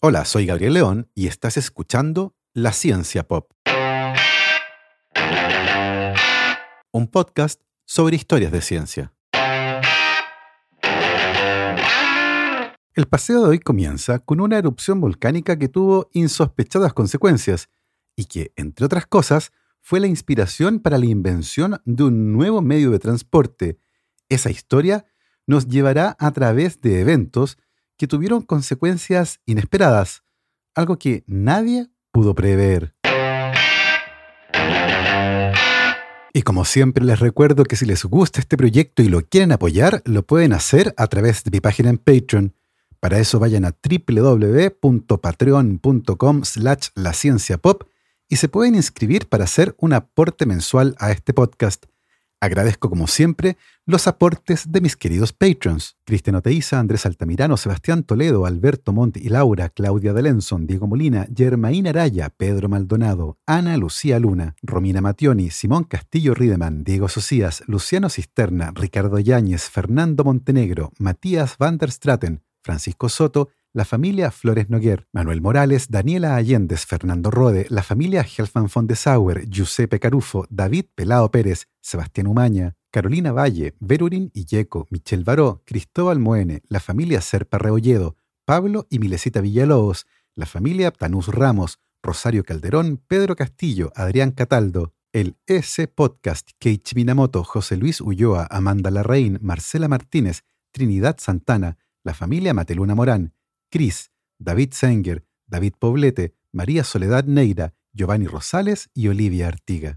Hola, soy Gabriel León y estás escuchando La Ciencia Pop, un podcast sobre historias de ciencia. El paseo de hoy comienza con una erupción volcánica que tuvo insospechadas consecuencias y que, entre otras cosas, fue la inspiración para la invención de un nuevo medio de transporte. Esa historia nos llevará a través de eventos que tuvieron consecuencias inesperadas, algo que nadie pudo prever. Y como siempre les recuerdo que si les gusta este proyecto y lo quieren apoyar, lo pueden hacer a través de mi página en Patreon. Para eso vayan a www.patreon.com/lascienciapop y se pueden inscribir para hacer un aporte mensual a este podcast. Agradezco como siempre los aportes de mis queridos patrons: Cristian Oteiza, Andrés Altamirano, Sebastián Toledo, Alberto Montt y Laura, Claudia Delenson, Diego Molina, Germaín Araya, Pedro Maldonado, Ana Lucía Luna, Romina Mattioni, Simón Castillo Riedemann, Diego Socias, Luciano Cisterna, Ricardo Yáñez, Fernando Montenegro, Matías van der Straten, Francisco Soto, la familia Flores Noguer, Manuel Morales, Daniela Allendez, Fernando Rode, la familia Helfman von de Sauer, Giuseppe Carufo, David Pelao Pérez, Sebastián Umaña, Carolina Valle, Verurín Illeco, Michel Baró, Cristóbal Moene, la familia Serpa Rebolledo, Pablo y Milesita Villalobos, la familia Tanús Ramos, Rosario Calderón, Pedro Castillo, Adrián Cataldo, el S Podcast, Keiichi Minamoto, José Luis Ulloa, Amanda Larraín, Marcela Martínez, Trinidad Santana, la familia Mateluna Morán, Cris, David Senger, David Poblete, María Soledad Neira, Giovanni Rosales y Olivia Artiga.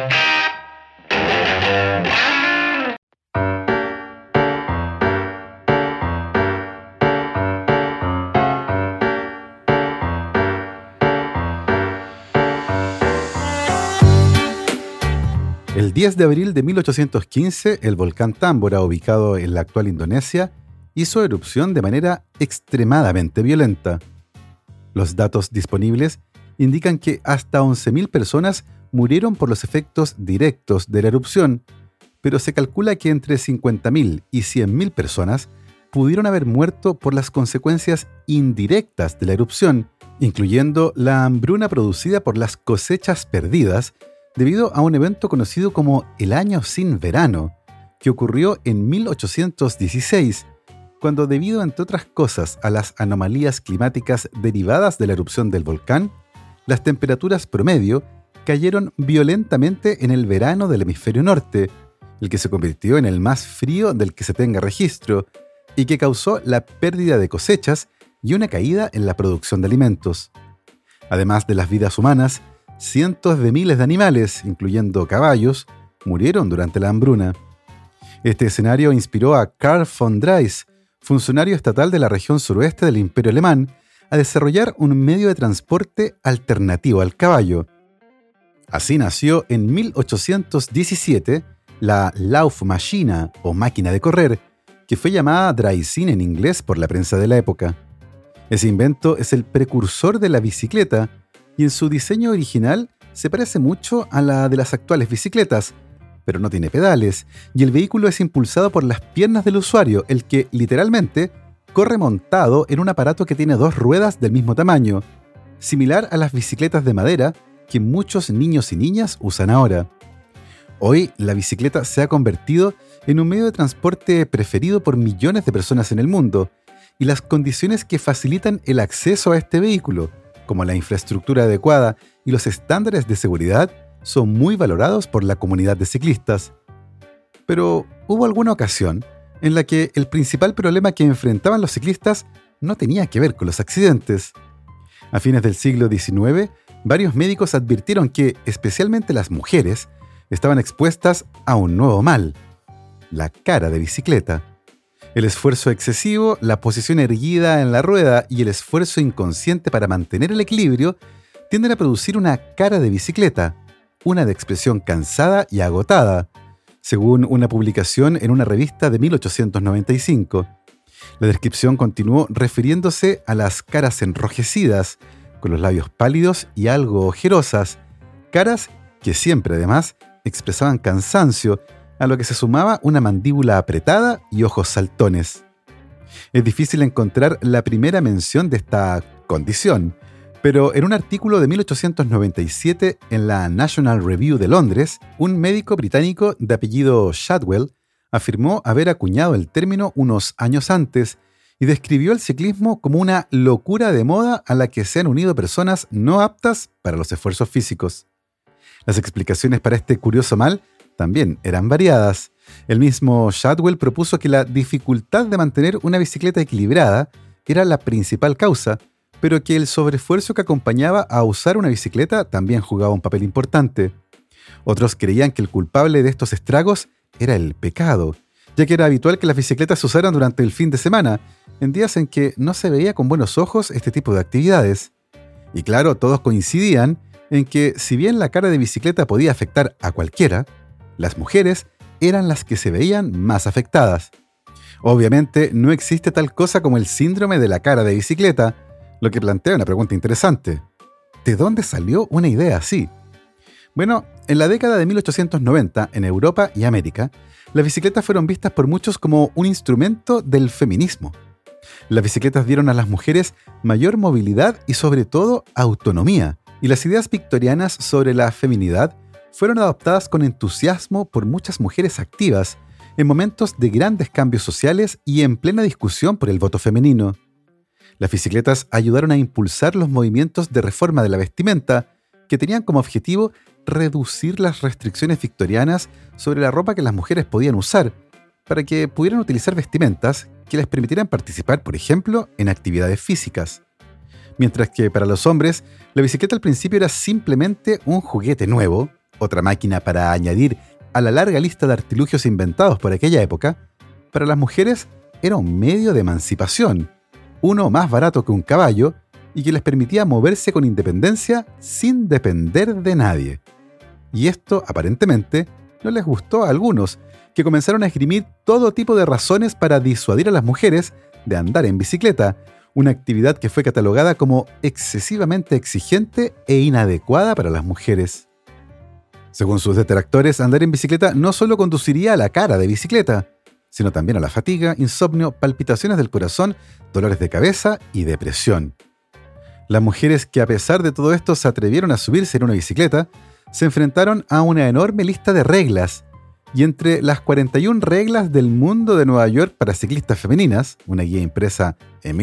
El 10 de abril de 1815, el volcán Tambora, ubicado en la actual Indonesia, hizo erupción de manera extremadamente violenta. Los datos disponibles indican que hasta 11.000 personas murieron por los efectos directos de la erupción, pero se calcula que entre 50.000 y 100.000 personas pudieron haber muerto por las consecuencias indirectas de la erupción, incluyendo la hambruna producida por las cosechas perdidas debido a un evento conocido como el Año Sin Verano, que ocurrió en 1816, cuando debido, entre otras cosas, a las anomalías climáticas derivadas de la erupción del volcán, las temperaturas promedio cayeron violentamente en el verano del hemisferio norte, el que se convirtió en el más frío del que se tenga registro y que causó la pérdida de cosechas y una caída en la producción de alimentos. Además de las vidas humanas, cientos de miles de animales, incluyendo caballos, murieron durante la hambruna. Este escenario inspiró a Karl von Drais, funcionario estatal de la región suroeste del Imperio Alemán, a desarrollar un medio de transporte alternativo al caballo. Así nació en 1817 la Laufmaschine, o máquina de correr, que fue llamada Draisine en inglés por la prensa de la época. Ese invento es el precursor de la bicicleta y en su diseño original se parece mucho a la de las actuales bicicletas, pero no tiene pedales, y el vehículo es impulsado por las piernas del usuario, el que, literalmente, corre montado en un aparato que tiene dos ruedas del mismo tamaño, similar a las bicicletas de madera que muchos niños y niñas usan ahora. Hoy, la bicicleta se ha convertido en un medio de transporte preferido por millones de personas en el mundo, y las condiciones que facilitan el acceso a este vehículo, como la infraestructura adecuada y los estándares de seguridad, son muy valorados por la comunidad de ciclistas. Pero hubo alguna ocasión en la que el principal problema que enfrentaban los ciclistas no tenía que ver con los accidentes. A fines del siglo XIX, varios médicos advirtieron que, especialmente las mujeres, estaban expuestas a un nuevo mal: la cara de bicicleta. El esfuerzo excesivo, la posición erguida en la rueda y el esfuerzo inconsciente para mantener el equilibrio tienden a producir una cara de bicicleta, una de expresión cansada y agotada, según una publicación en una revista de 1895. La descripción continuó refiriéndose a las caras enrojecidas, con los labios pálidos y algo ojerosas, caras que siempre además expresaban cansancio, a lo que se sumaba una mandíbula apretada y ojos saltones. Es difícil encontrar la primera mención de esta condición, pero en un artículo de 1897 en la National Review de Londres, un médico británico de apellido Shadwell afirmó haber acuñado el término unos años antes y describió el ciclismo como una locura de moda a la que se han unido personas no aptas para los esfuerzos físicos. Las explicaciones para este curioso mal también eran variadas. El mismo Shadwell propuso que la dificultad de mantener una bicicleta equilibrada era la principal causa, pero que el sobreesfuerzo que acompañaba a usar una bicicleta también jugaba un papel importante. Otros creían que el culpable de estos estragos era el pecado, ya que era habitual que las bicicletas se usaran durante el fin de semana, en días en que no se veía con buenos ojos este tipo de actividades. Y claro, todos coincidían en que si bien la cara de bicicleta podía afectar a cualquiera, las mujeres eran las que se veían más afectadas. Obviamente no existe tal cosa como el síndrome de la cara de bicicleta, lo que plantea una pregunta interesante. ¿De dónde salió una idea así? Bueno, en la década de 1890, en Europa y América, las bicicletas fueron vistas por muchos como un instrumento del feminismo. Las bicicletas dieron a las mujeres mayor movilidad y sobre todo autonomía, y las ideas victorianas sobre la feminidad fueron adoptadas con entusiasmo por muchas mujeres activas en momentos de grandes cambios sociales y en plena discusión por el voto femenino. Las bicicletas ayudaron a impulsar los movimientos de reforma de la vestimenta, que tenían como objetivo reducir las restricciones victorianas sobre la ropa que las mujeres podían usar, para que pudieran utilizar vestimentas que les permitieran participar, por ejemplo, en actividades físicas. Mientras que para los hombres, la bicicleta al principio era simplemente un juguete nuevo, otra máquina para añadir a la larga lista de artilugios inventados por aquella época, para las mujeres era un medio de emancipación, uno más barato que un caballo y que les permitía moverse con independencia sin depender de nadie. Y esto, aparentemente, no les gustó a algunos, que comenzaron a esgrimir todo tipo de razones para disuadir a las mujeres de andar en bicicleta, una actividad que fue catalogada como excesivamente exigente e inadecuada para las mujeres. Según sus detractores, andar en bicicleta no solo conduciría a la cara de bicicleta, sino también a la fatiga, insomnio, palpitaciones del corazón, dolores de cabeza y depresión. Las mujeres que a pesar de todo esto se atrevieron a subirse en una bicicleta, se enfrentaron a una enorme lista de reglas, y entre las 41 reglas del mundo de Nueva York para ciclistas femeninas, una guía impresa en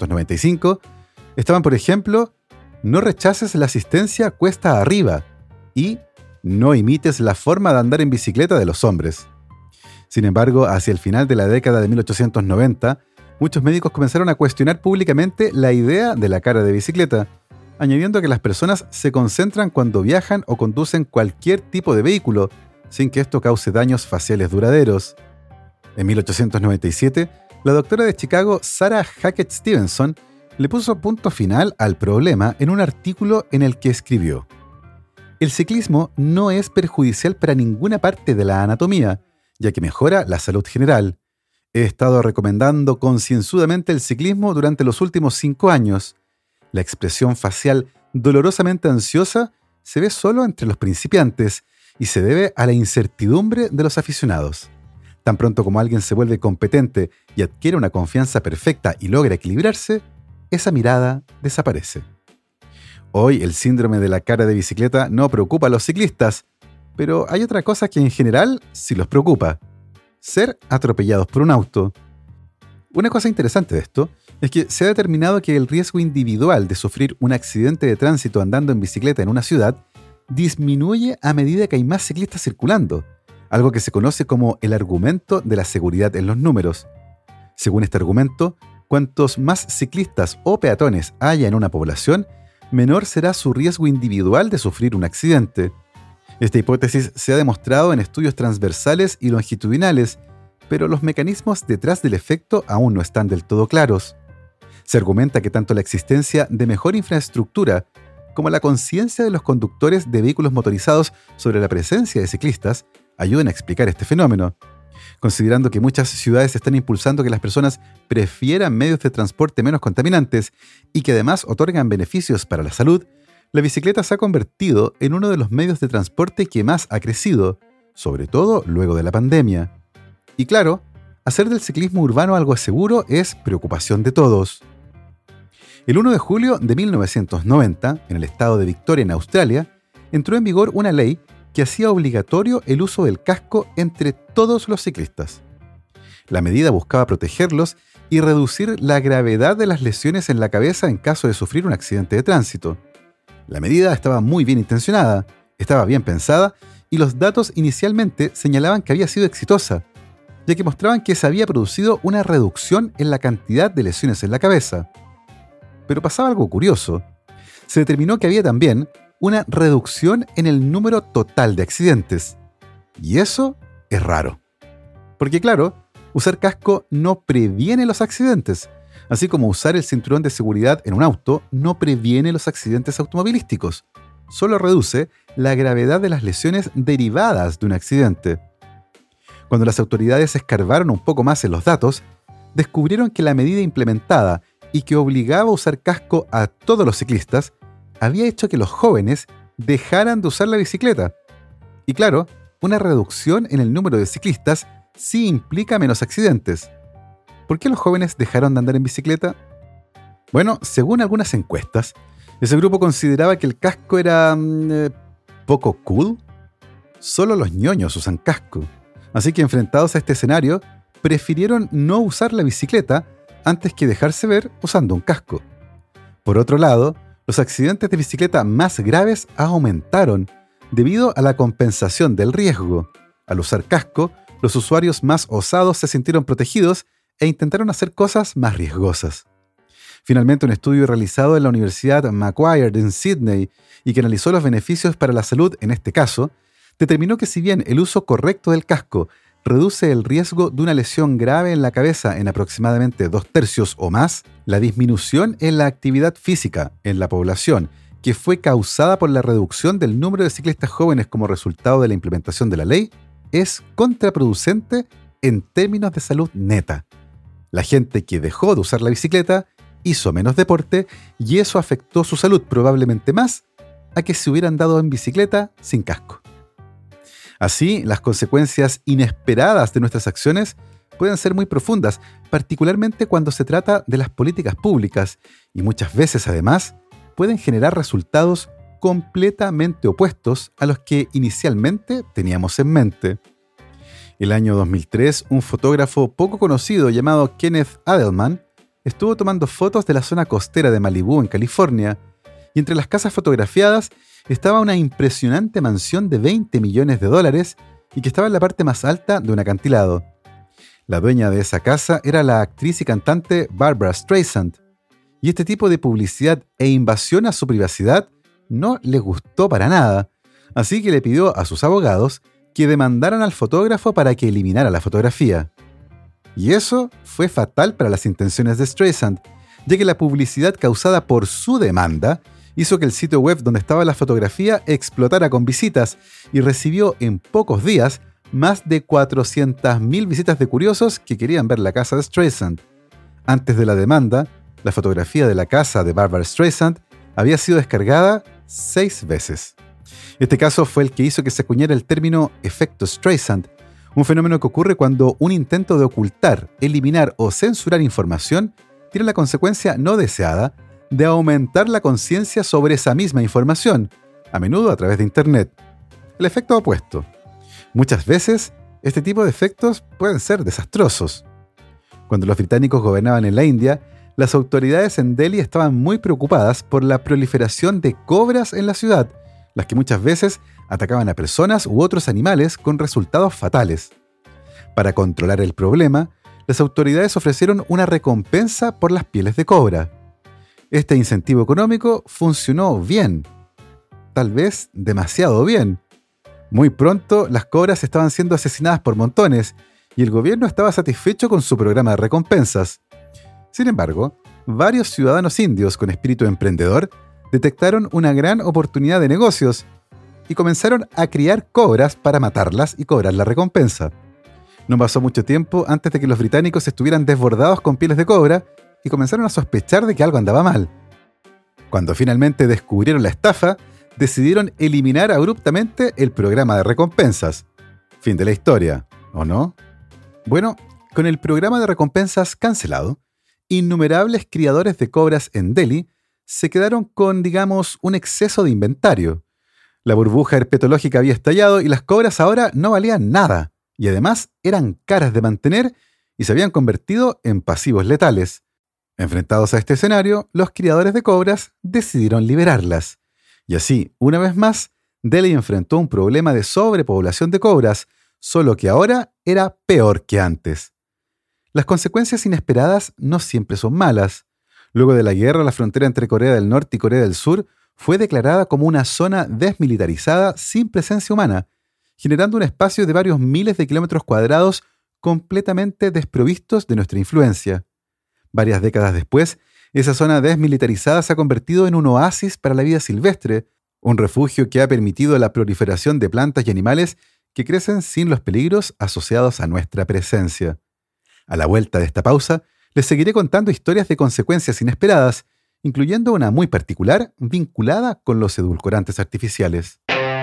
1895, estaban, por ejemplo, no rechaces la asistencia cuesta arriba y no imites la forma de andar en bicicleta de los hombres. Sin embargo, hacia el final de la década de 1890, muchos médicos comenzaron a cuestionar públicamente la idea de la cara de bicicleta, añadiendo que las personas se concentran cuando viajan o conducen cualquier tipo de vehículo, sin que esto cause daños faciales duraderos. En 1897, la doctora de Chicago Sarah Hackett Stevenson le puso punto final al problema en un artículo en el que escribió: el ciclismo no es perjudicial para ninguna parte de la anatomía, ya que mejora la salud general. He estado recomendando concienzudamente el ciclismo durante los últimos 5 años. La expresión facial dolorosamente ansiosa se ve solo entre los principiantes y se debe a la incertidumbre de los aficionados. Tan pronto como alguien se vuelve competente y adquiere una confianza perfecta y logra equilibrarse, esa mirada desaparece. Hoy el síndrome de la cara de bicicleta no preocupa a los ciclistas, pero hay otra cosa que en general sí los preocupa: ser atropellados por un auto. Una cosa interesante de esto es que se ha determinado que el riesgo individual de sufrir un accidente de tránsito andando en bicicleta en una ciudad disminuye a medida que hay más ciclistas circulando, algo que se conoce como el argumento de la seguridad en los números. Según este argumento, cuantos más ciclistas o peatones haya en una población, menor será su riesgo individual de sufrir un accidente. Esta hipótesis se ha demostrado en estudios transversales y longitudinales, pero los mecanismos detrás del efecto aún no están del todo claros. Se argumenta que tanto la existencia de mejor infraestructura como la conciencia de los conductores de vehículos motorizados sobre la presencia de ciclistas ayudan a explicar este fenómeno. Considerando que muchas ciudades están impulsando que las personas prefieran medios de transporte menos contaminantes y que además otorgan beneficios para la salud, la bicicleta se ha convertido en uno de los medios de transporte que más ha crecido, sobre todo luego de la pandemia. Y claro, hacer del ciclismo urbano algo seguro es preocupación de todos. El 1 de julio de 1990, en el estado de Victoria, en Australia, entró en vigor una ley que hacía obligatorio el uso del casco entre todos los ciclistas. La medida buscaba protegerlos y reducir la gravedad de las lesiones en la cabeza en caso de sufrir un accidente de tránsito. La medida estaba muy bien intencionada, estaba bien pensada y los datos inicialmente señalaban que había sido exitosa, ya que mostraban que se había producido una reducción en la cantidad de lesiones en la cabeza. Pero pasaba algo curioso. Se determinó que había también una reducción en el número total de accidentes. Y eso es raro. Porque claro, usar casco no previene los accidentes, así como usar el cinturón de seguridad en un auto no previene los accidentes automovilísticos. Solo reduce la gravedad de las lesiones derivadas de un accidente. Cuando las autoridades escarbaron un poco más en los datos, descubrieron que la medida implementada y que obligaba a usar casco a todos los ciclistas había hecho que los jóvenes dejaran de usar la bicicleta. Y claro, una reducción en el número de ciclistas sí implica menos accidentes. ¿Por qué los jóvenes dejaron de andar en bicicleta? Bueno, según algunas encuestas, ese grupo consideraba que el casco era poco cool. Solo los ñoños usan casco. Así que enfrentados a este escenario, prefirieron no usar la bicicleta antes que dejarse ver usando un casco. Por otro lado, los accidentes de bicicleta más graves aumentaron debido a la compensación del riesgo. Al usar casco, los usuarios más osados se sintieron protegidos e intentaron hacer cosas más riesgosas. Finalmente, un estudio realizado en la Universidad Macquarie en Sydney y que analizó los beneficios para la salud en este caso, determinó que si bien el uso correcto del casco reduce el riesgo de una lesión grave en la cabeza en aproximadamente 2/3 o más, la disminución en la actividad física en la población, que fue causada por la reducción del número de ciclistas jóvenes como resultado de la implementación de la ley, es contraproducente en términos de salud neta. La gente que dejó de usar la bicicleta hizo menos deporte y eso afectó su salud probablemente más a que se hubieran dado en bicicleta sin casco. Así, las consecuencias inesperadas de nuestras acciones pueden ser muy profundas, particularmente cuando se trata de las políticas públicas, y muchas veces, además, pueden generar resultados completamente opuestos a los que inicialmente teníamos en mente. El año 2003, un fotógrafo poco conocido llamado Kenneth Adelman estuvo tomando fotos de la zona costera de Malibú, en California, y entre las casas fotografiadas estaba una impresionante mansión de $20 millones y que estaba en la parte más alta de un acantilado. La dueña de esa casa era la actriz y cantante Barbra Streisand, y este tipo de publicidad e invasión a su privacidad no le gustó para nada, así que le pidió a sus abogados que demandaran al fotógrafo para que eliminara la fotografía. Y eso fue fatal para las intenciones de Streisand, ya que la publicidad causada por su demanda hizo que el sitio web donde estaba la fotografía explotara con visitas y recibió en pocos días más de 400.000 visitas de curiosos que querían ver la casa de Streisand. Antes de la demanda, la fotografía de la casa de Barbra Streisand había sido descargada 6 veces. Este caso fue el que hizo que se acuñara el término efecto Streisand, un fenómeno que ocurre cuando un intento de ocultar, eliminar o censurar información tiene la consecuencia no deseada de aumentar la conciencia sobre esa misma información, a menudo a través de Internet. El efecto opuesto. Muchas veces, este tipo de efectos pueden ser desastrosos. Cuando los británicos gobernaban en la India, las autoridades en Delhi estaban muy preocupadas por la proliferación de cobras en la ciudad, las que muchas veces atacaban a personas u otros animales con resultados fatales. Para controlar el problema, las autoridades ofrecieron una recompensa por las pieles de cobra. Este incentivo económico funcionó bien, tal vez demasiado bien. Muy pronto, las cobras estaban siendo asesinadas por montones y el gobierno estaba satisfecho con su programa de recompensas. Sin embargo, varios ciudadanos indios con espíritu emprendedor detectaron una gran oportunidad de negocios y comenzaron a criar cobras para matarlas y cobrar la recompensa. No pasó mucho tiempo antes de que los británicos estuvieran desbordados con pieles de cobra y comenzaron a sospechar de que algo andaba mal. Cuando finalmente descubrieron la estafa, decidieron eliminar abruptamente el programa de recompensas. Fin de la historia, ¿o no? Bueno, Con el programa de recompensas cancelado, innumerables criadores de cobras en Delhi se quedaron con, digamos, un exceso de inventario. La burbuja herpetológica había estallado y las cobras ahora no valían nada, y además eran caras de mantener y se habían convertido en pasivos letales. Enfrentados a este escenario, los criadores de cobras decidieron liberarlas. Y así, una vez más, Delhi enfrentó un problema de sobrepoblación de cobras, solo que ahora era peor que antes. Las consecuencias inesperadas no siempre son malas. Luego de la guerra, la frontera entre Corea del Norte y Corea del Sur fue declarada como una zona desmilitarizada sin presencia humana, generando un espacio de varios miles de kilómetros cuadrados completamente desprovistos de nuestra influencia. Varias décadas después, esa zona desmilitarizada se ha convertido en un oasis para la vida silvestre, un refugio que ha permitido la proliferación de plantas y animales que crecen sin los peligros asociados a nuestra presencia. A la vuelta de esta pausa, les seguiré contando historias de consecuencias inesperadas, incluyendo una muy particular vinculada con los edulcorantes artificiales.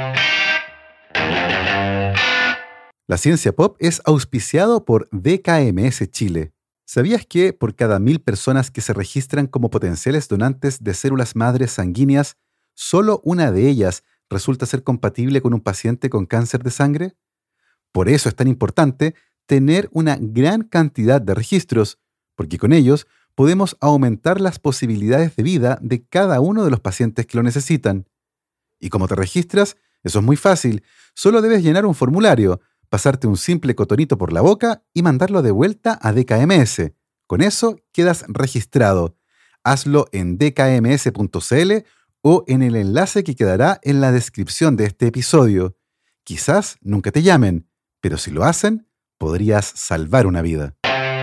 La Ciencia Pop es auspiciado por DKMS Chile. ¿Sabías que por cada 1000 personas que se registran como potenciales donantes de células madres sanguíneas, solo una de ellas resulta ser compatible con un paciente con cáncer de sangre? Por eso es tan importante tener una gran cantidad de registros, porque con ellos podemos aumentar las posibilidades de vida de cada uno de los pacientes que lo necesitan. ¿Y cómo te registras? Eso es muy fácil. Solo debes llenar un formulario, pasarte un simple cotonito por la boca y mandarlo de vuelta a DKMS. Con eso quedas registrado. Hazlo en dkms.cl o en el enlace que quedará en la descripción de este episodio. Quizás nunca te llamen, pero si lo hacen, podrías salvar una vida.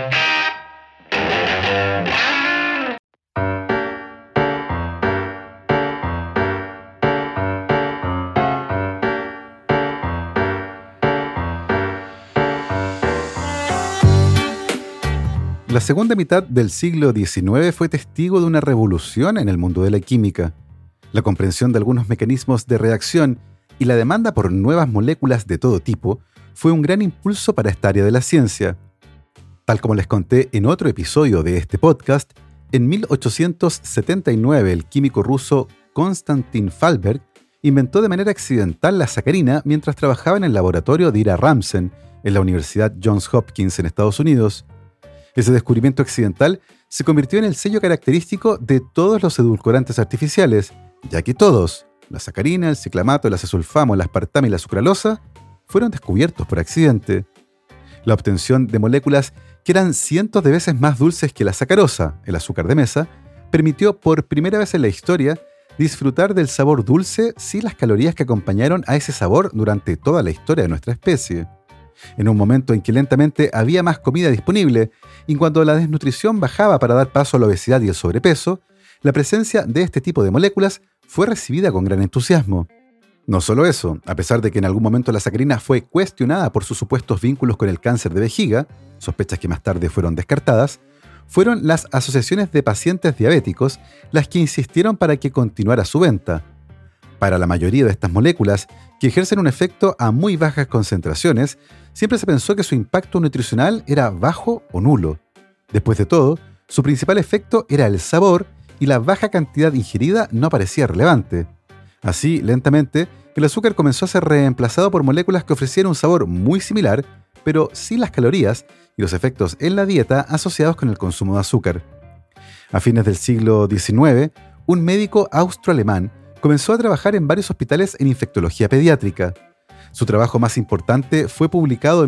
La segunda mitad del siglo XIX fue testigo de una revolución en el mundo de la química. La comprensión de algunos mecanismos de reacción y la demanda por nuevas moléculas de todo tipo fue un gran impulso para esta área de la ciencia. Tal como les conté en otro episodio de este podcast, en 1879 el químico ruso Konstantin Fallberg inventó de manera accidental la sacarina mientras trabajaba en el laboratorio de Ira Ramsen en la Universidad Johns Hopkins en Estados Unidos. Ese descubrimiento accidental se convirtió en el sello característico de todos los edulcorantes artificiales, ya que todos, la sacarina, el ciclamato, el acesulfamo, el aspartame y la sucralosa, fueron descubiertos por accidente. La obtención de moléculas que eran cientos de veces más dulces que la sacarosa, el azúcar de mesa, permitió por primera vez en la historia disfrutar del sabor dulce sin las calorías que acompañaron a ese sabor durante toda la historia de nuestra especie. En un momento en que lentamente había más comida disponible y cuando la desnutrición bajaba para dar paso a la obesidad y el sobrepeso, la presencia de este tipo de moléculas fue recibida con gran entusiasmo. No solo eso, a pesar de que en algún momento la sacarina fue cuestionada por sus supuestos vínculos con el cáncer de vejiga, sospechas que más tarde fueron descartadas, fueron las asociaciones de pacientes diabéticos las que insistieron para que continuara su venta. Para la mayoría de estas moléculas, que ejercen un efecto a muy bajas concentraciones, siempre se pensó que su impacto nutricional era bajo o nulo. Después de todo, su principal efecto era el sabor y la baja cantidad ingerida no parecía relevante. Así, lentamente, el azúcar comenzó a ser reemplazado por moléculas que ofrecían un sabor muy similar, pero sin las calorías y los efectos en la dieta asociados con el consumo de azúcar. A fines del siglo XIX, un médico austro-alemán comenzó a trabajar en varios hospitales en infectología pediátrica. Su trabajo más importante fue publicado en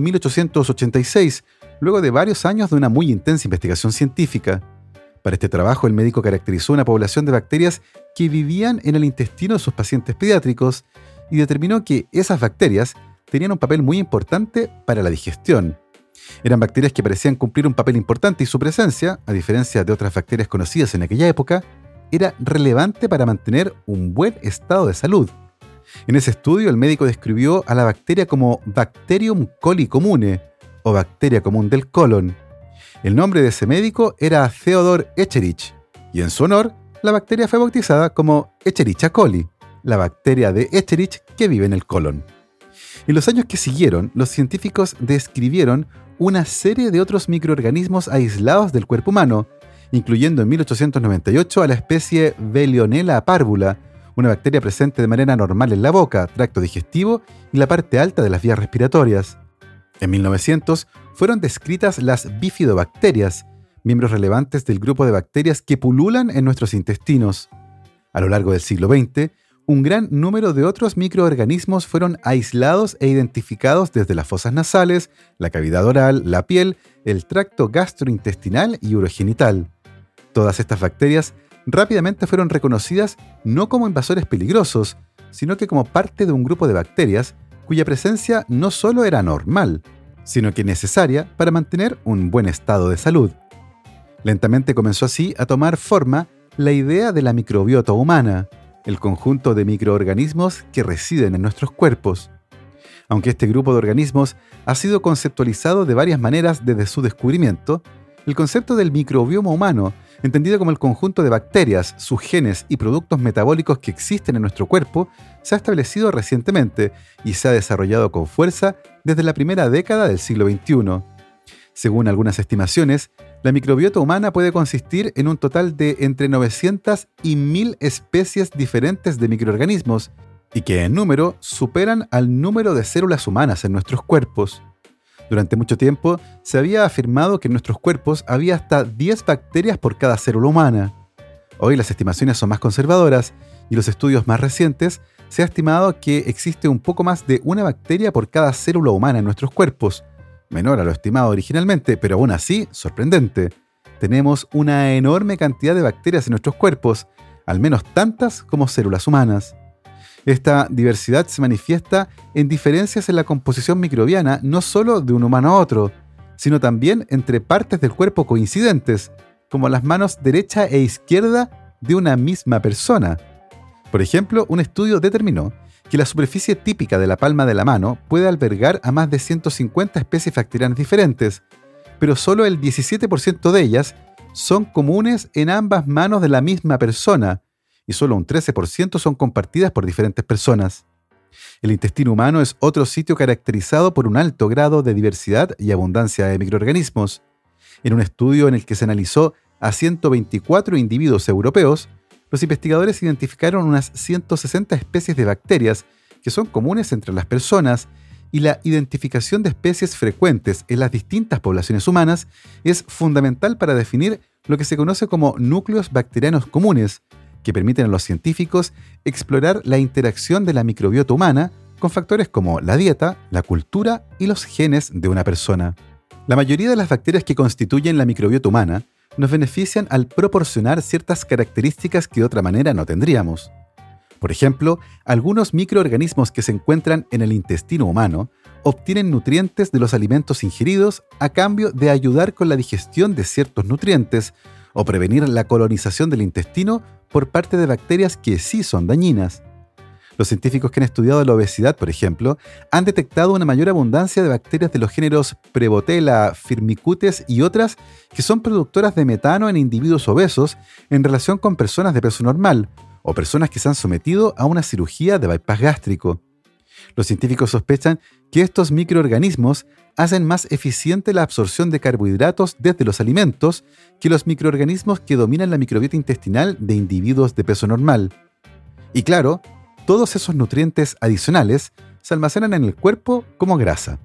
1886, luego de varios años de una muy intensa investigación científica. Para este trabajo, el médico caracterizó una población de bacterias que vivían en el intestino de sus pacientes pediátricos y determinó que esas bacterias tenían un papel muy importante para la digestión. Eran bacterias que parecían cumplir un papel importante y su presencia, a diferencia de otras bacterias conocidas en aquella época, era relevante para mantener un buen estado de salud. En ese estudio, el médico describió a la bacteria como Bacterium coli comune, o bacteria común del colon. El nombre de ese médico era Theodor Escherichia, y en su honor, la bacteria fue bautizada como Escherichia coli, la bacteria de Escherichia que vive en el colon. En los años que siguieron, los científicos describieron una serie de otros microorganismos aislados del cuerpo humano, incluyendo en 1898 a la especie Velionella parvula, una bacteria presente de manera normal en la boca, tracto digestivo y la parte alta de las vías respiratorias. En 1900 fueron descritas las bifidobacterias, miembros relevantes del grupo de bacterias que pululan en nuestros intestinos. A lo largo del siglo XX, un gran número de otros microorganismos fueron aislados e identificados desde las fosas nasales, la cavidad oral, la piel, el tracto gastrointestinal y urogenital. Todas estas bacterias rápidamente fueron reconocidas no como invasores peligrosos, sino que como parte de un grupo de bacterias cuya presencia no solo era normal, sino que necesaria para mantener un buen estado de salud. Lentamente comenzó así a tomar forma la idea de la microbiota humana, el conjunto de microorganismos que residen en nuestros cuerpos. Aunque este grupo de organismos ha sido conceptualizado de varias maneras desde su descubrimiento, el concepto del microbioma humano, entendido como el conjunto de bacterias, sus genes y productos metabólicos que existen en nuestro cuerpo, se ha establecido recientemente y se ha desarrollado con fuerza desde la primera década del siglo XXI. Según algunas estimaciones, la microbiota humana puede consistir en un total de entre 900 y 1000 especies diferentes de microorganismos, y que en número superan al número de células humanas en nuestros cuerpos. Durante mucho tiempo se había afirmado que en nuestros cuerpos había hasta 10 bacterias por cada célula humana. Hoy las estimaciones son más conservadoras y los estudios más recientes se ha estimado que existe un poco más de una bacteria por cada célula humana en nuestros cuerpos. Menor a lo estimado originalmente, pero aún así sorprendente. Tenemos una enorme cantidad de bacterias en nuestros cuerpos, al menos tantas como células humanas. Esta diversidad se manifiesta en diferencias en la composición microbiana no solo de un humano a otro, sino también entre partes del cuerpo coincidentes, como las manos derecha e izquierda de una misma persona. Por ejemplo, un estudio determinó que la superficie típica de la palma de la mano puede albergar a más de 150 especies bacterianas diferentes, pero solo el 17% de ellas son comunes en ambas manos de la misma persona, y solo un 13% son compartidas por diferentes personas. El intestino humano es otro sitio caracterizado por un alto grado de diversidad y abundancia de microorganismos. En un estudio en el que se analizó a 124 individuos europeos, los investigadores identificaron unas 160 especies de bacterias que son comunes entre las personas, y la identificación de especies frecuentes en las distintas poblaciones humanas es fundamental para definir lo que se conoce como núcleos bacterianos comunes, que permiten a los científicos explorar la interacción de la microbiota humana con factores como la dieta, la cultura y los genes de una persona. La mayoría de las bacterias que constituyen la microbiota humana nos benefician al proporcionar ciertas características que de otra manera no tendríamos. Por ejemplo, algunos microorganismos que se encuentran en el intestino humano obtienen nutrientes de los alimentos ingeridos a cambio de ayudar con la digestión de ciertos nutrientes o prevenir la colonización del intestino por parte de bacterias que sí son dañinas. Los científicos que han estudiado la obesidad, por ejemplo, han detectado una mayor abundancia de bacterias de los géneros Prevotella, Firmicutes y otras que son productoras de metano en individuos obesos en relación con personas de peso normal o personas que se han sometido a una cirugía de bypass gástrico. Los científicos sospechan que estos microorganismos hacen más eficiente la absorción de carbohidratos desde los alimentos que los microorganismos que dominan la microbiota intestinal de individuos de peso normal. Y claro, todos esos nutrientes adicionales se almacenan en el cuerpo como grasa.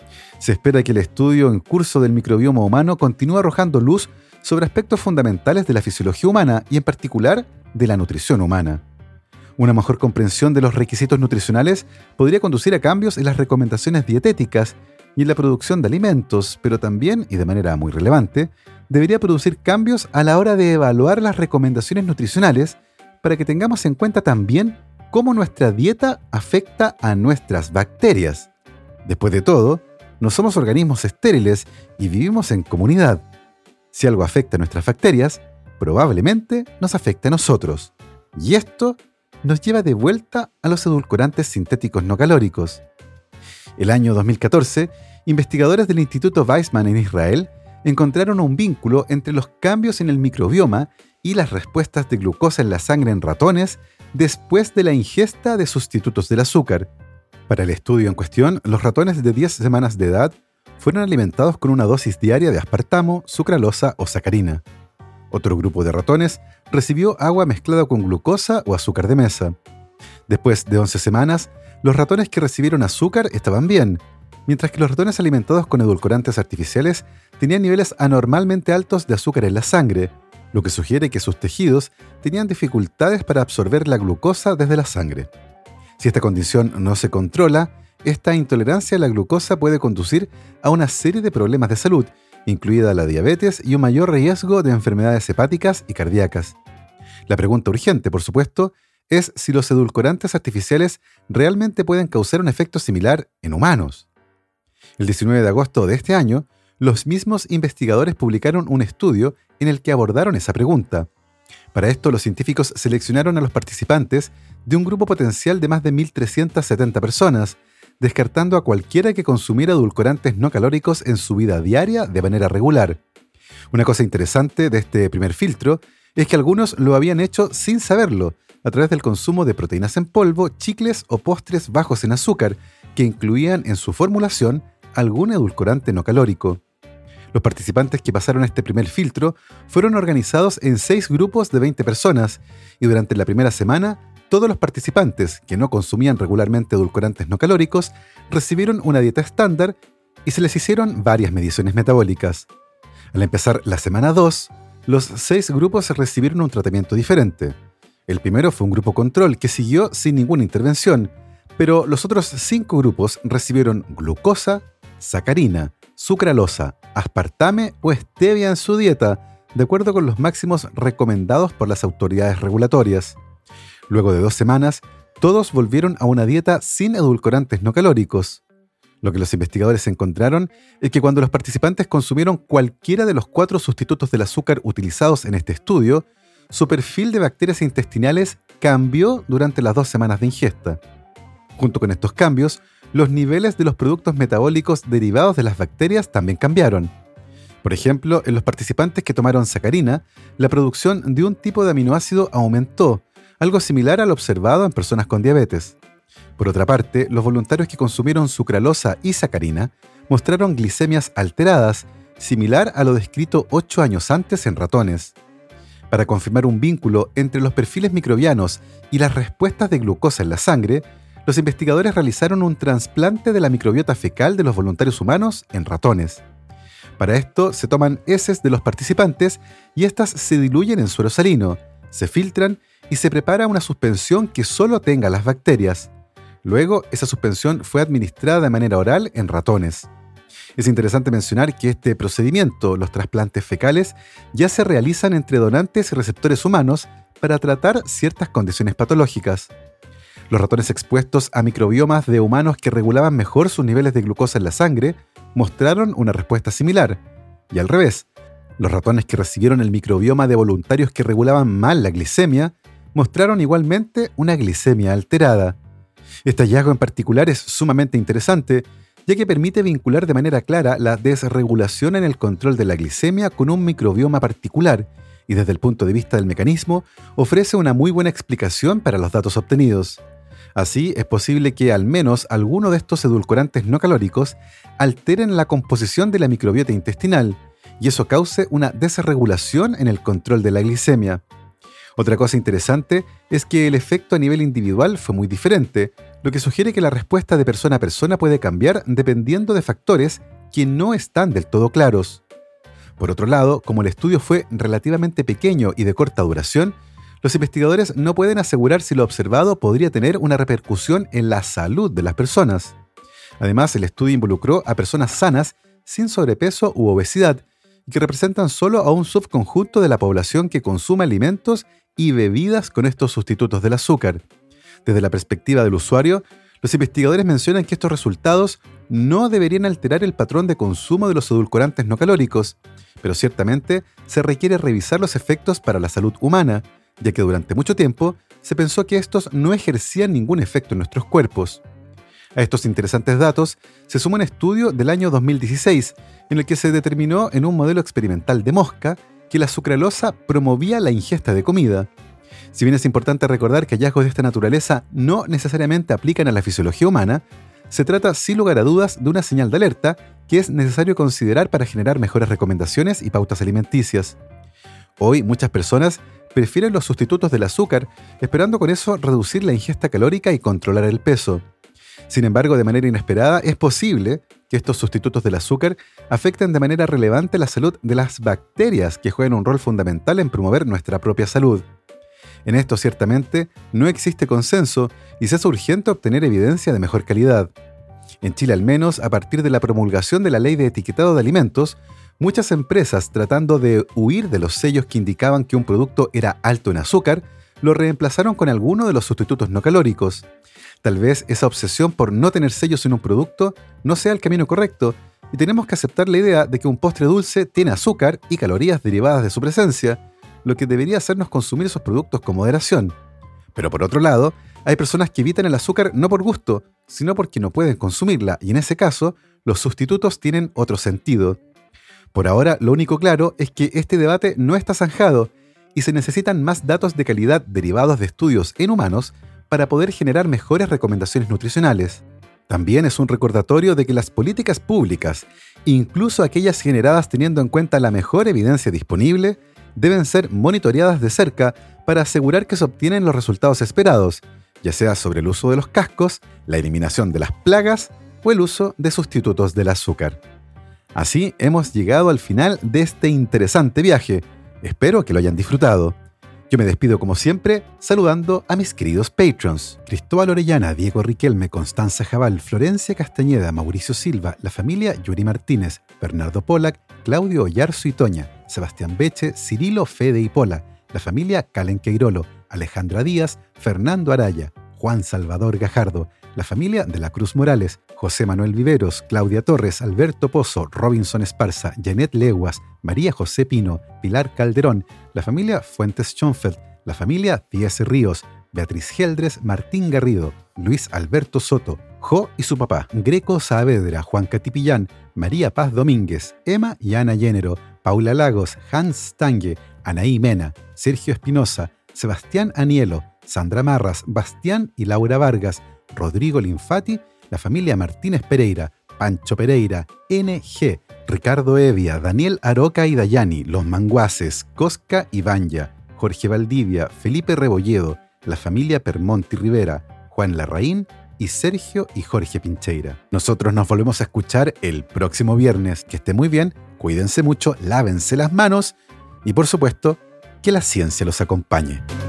Se espera que el estudio en curso del microbioma humano continúe arrojando luz sobre aspectos fundamentales de la fisiología humana y en particular de la nutrición humana. Una mejor comprensión de los requisitos nutricionales podría conducir a cambios en las recomendaciones dietéticas y en la producción de alimentos, pero también, y de manera muy relevante, debería producir cambios a la hora de evaluar las recomendaciones nutricionales para que tengamos en cuenta también cómo nuestra dieta afecta a nuestras bacterias. Después de todo, no somos organismos estériles y vivimos en comunidad. Si algo afecta a nuestras bacterias, probablemente nos afecte a nosotros. Y esto nos lleva de vuelta a los edulcorantes sintéticos no calóricos. El año 2014, investigadores del Instituto Weizmann en Israel encontraron un vínculo entre los cambios en el microbioma y las respuestas de glucosa en la sangre en ratones después de la ingesta de sustitutos del azúcar. Para el estudio en cuestión, los ratones de 10 semanas de edad fueron alimentados con una dosis diaria de aspartamo, sucralosa o sacarina. Otro grupo de ratones recibió agua mezclada con glucosa o azúcar de mesa. Después de 11 semanas, los ratones que recibieron azúcar estaban bien, mientras que los ratones alimentados con edulcorantes artificiales tenían niveles anormalmente altos de azúcar en la sangre, lo que sugiere que sus tejidos tenían dificultades para absorber la glucosa desde la sangre. Si esta condición no se controla, esta intolerancia a la glucosa puede conducir a una serie de problemas de salud, incluida la diabetes y un mayor riesgo de enfermedades hepáticas y cardíacas. La pregunta urgente, por supuesto, es si los edulcorantes artificiales realmente pueden causar un efecto similar en humanos. El 19 de agosto de este año, los mismos investigadores publicaron un estudio en el que abordaron esa pregunta. Para esto, los científicos seleccionaron a los participantes de un grupo potencial de más de 1.370 personas, descartando a cualquiera que consumiera edulcorantes no calóricos en su vida diaria de manera regular. Una cosa interesante de este primer filtro es que algunos lo habían hecho sin saberlo, a través del consumo de proteínas en polvo, chicles o postres bajos en azúcar, que incluían en su formulación algún edulcorante no calórico. Los participantes que pasaron este primer filtro fueron organizados en 6 grupos de 20 personas, y durante la primera semana, todos los participantes que no consumían regularmente edulcorantes no calóricos recibieron una dieta estándar y se les hicieron varias mediciones metabólicas. Al empezar la semana 2, los 6 grupos recibieron un tratamiento diferente. El primero fue un grupo control que siguió sin ninguna intervención, pero los otros 5 grupos recibieron glucosa, sacarina, sucralosa, aspartame o stevia en su dieta, de acuerdo con los máximos recomendados por las autoridades regulatorias. Luego de 2 semanas, todos volvieron a una dieta sin edulcorantes no calóricos. Lo que los investigadores encontraron es que cuando los participantes consumieron cualquiera de los 4 sustitutos del azúcar utilizados en este estudio, su perfil de bacterias intestinales cambió durante las 2 semanas de ingesta. Junto con estos cambios, los niveles de los productos metabólicos derivados de las bacterias también cambiaron. Por ejemplo, en los participantes que tomaron sacarina, la producción de un tipo de aminoácido aumentó, algo similar al observado en personas con diabetes. Por otra parte, los voluntarios que consumieron sucralosa y sacarina mostraron glicemias alteradas, similar a lo descrito 8 años antes en ratones. Para confirmar un vínculo entre los perfiles microbianos y las respuestas de glucosa en la sangre, los investigadores realizaron un trasplante de la microbiota fecal de los voluntarios humanos en ratones. Para esto se toman heces de los participantes y estas se diluyen en suero salino, se filtran y se prepara una suspensión que solo tenga las bacterias. Luego, esa suspensión fue administrada de manera oral en ratones. Es interesante mencionar que este procedimiento, los trasplantes fecales, ya se realizan entre donantes y receptores humanos para tratar ciertas condiciones patológicas. Los ratones expuestos a microbiomas de humanos que regulaban mejor sus niveles de glucosa en la sangre mostraron una respuesta similar. Y al revés, los ratones que recibieron el microbioma de voluntarios que regulaban mal la glicemia mostraron igualmente una glicemia alterada. Este hallazgo en particular es sumamente interesante, ya que permite vincular de manera clara la desregulación en el control de la glicemia con un microbioma particular, y desde el punto de vista del mecanismo, ofrece una muy buena explicación para los datos obtenidos. Así, es posible que al menos alguno de estos edulcorantes no calóricos alteren la composición de la microbiota intestinal, y eso cause una desregulación en el control de la glicemia. Otra cosa interesante es que el efecto a nivel individual fue muy diferente, lo que sugiere que la respuesta de persona a persona puede cambiar dependiendo de factores que no están del todo claros. Por otro lado, como el estudio fue relativamente pequeño y de corta duración, los investigadores no pueden asegurar si lo observado podría tener una repercusión en la salud de las personas. Además, el estudio involucró a personas sanas, sin sobrepeso u obesidad, que representan solo a un subconjunto de la población que consume alimentos y bebidas con estos sustitutos del azúcar. Desde la perspectiva del usuario, los investigadores mencionan que estos resultados no deberían alterar el patrón de consumo de los edulcorantes no calóricos, pero ciertamente se requiere revisar los efectos para la salud humana, ya que durante mucho tiempo se pensó que estos no ejercían ningún efecto en nuestros cuerpos. A estos interesantes datos se suma un estudio del año 2016, en el que se determinó en un modelo experimental de mosca que la sucralosa promovía la ingesta de comida. Si bien es importante recordar que hallazgos de esta naturaleza no necesariamente aplican a la fisiología humana, se trata sin lugar a dudas de una señal de alerta que es necesario considerar para generar mejores recomendaciones y pautas alimenticias. Hoy muchas personas prefieren los sustitutos del azúcar, esperando con eso reducir la ingesta calórica y controlar el peso. Sin embargo, de manera inesperada, es posible que estos sustitutos del azúcar afecten de manera relevante la salud de las bacterias que juegan un rol fundamental en promover nuestra propia salud. En esto ciertamente no existe consenso y se hace urgente obtener evidencia de mejor calidad. En Chile al menos, a partir de la promulgación de la Ley de Etiquetado de Alimentos, muchas empresas, tratando de huir de los sellos que indicaban que un producto era alto en azúcar, lo reemplazaron con alguno de los sustitutos no calóricos. Tal vez esa obsesión por no tener sellos en un producto no sea el camino correcto, y tenemos que aceptar la idea de que un postre dulce tiene azúcar y calorías derivadas de su presencia, lo que debería hacernos consumir esos productos con moderación. Pero por otro lado, hay personas que evitan el azúcar no por gusto, sino porque no pueden consumirla, y en ese caso, los sustitutos tienen otro sentido. Por ahora, lo único claro es que este debate no está zanjado, y se necesitan más datos de calidad derivados de estudios en humanos para poder generar mejores recomendaciones nutricionales. También es un recordatorio de que las políticas públicas, incluso aquellas generadas teniendo en cuenta la mejor evidencia disponible, deben ser monitoreadas de cerca para asegurar que se obtienen los resultados esperados, ya sea sobre el uso de los cascos, la eliminación de las plagas o el uso de sustitutos del azúcar. Así hemos llegado al final de este interesante viaje. Espero que lo hayan disfrutado. Yo me despido como siempre, saludando a mis queridos Patrons: Cristóbal Orellana, Diego Riquelme, Constanza Jabal, Florencia Castañeda, Mauricio Silva, la familia Yuri Martínez, Bernardo Pollack, Claudio Oyarzo y Toña, Sebastián Beche, Cirilo, Fede y Pola, la familia Calen Queirolo, Alejandra Díaz, Fernando Araya, Juan Salvador Gajardo, la familia de la Cruz Morales, José Manuel Viveros, Claudia Torres, Alberto Pozo, Robinson Esparza, Janet Leguas, María José Pino, Pilar Calderón, la familia Fuentes Schonfeld, la familia Díaz Ríos, Beatriz Geldres, Martín Garrido, Luis Alberto Soto, Jo y su papá, Greco Saavedra, Juan Catipillán, María Paz Domínguez, Emma y Ana Llénero, Paula Lagos, Hans Stange, Anaí Mena, Sergio Espinosa, Sebastián Anielo, Sandra Marras, Bastián y Laura Vargas, Rodrigo Linfati, la familia Martínez Pereira, Pancho Pereira, NG, Ricardo Evia, Daniel Aroca y Dayani, Los Manguaces, Cosca y Banya, Jorge Valdivia, Felipe Rebolledo, la familia Permonti Rivera, Juan Larraín y Sergio y Jorge Pincheira. Nosotros nos volvemos a escuchar el próximo viernes. Que esté muy bien, cuídense mucho, lávense las manos y por supuesto, que la ciencia los acompañe.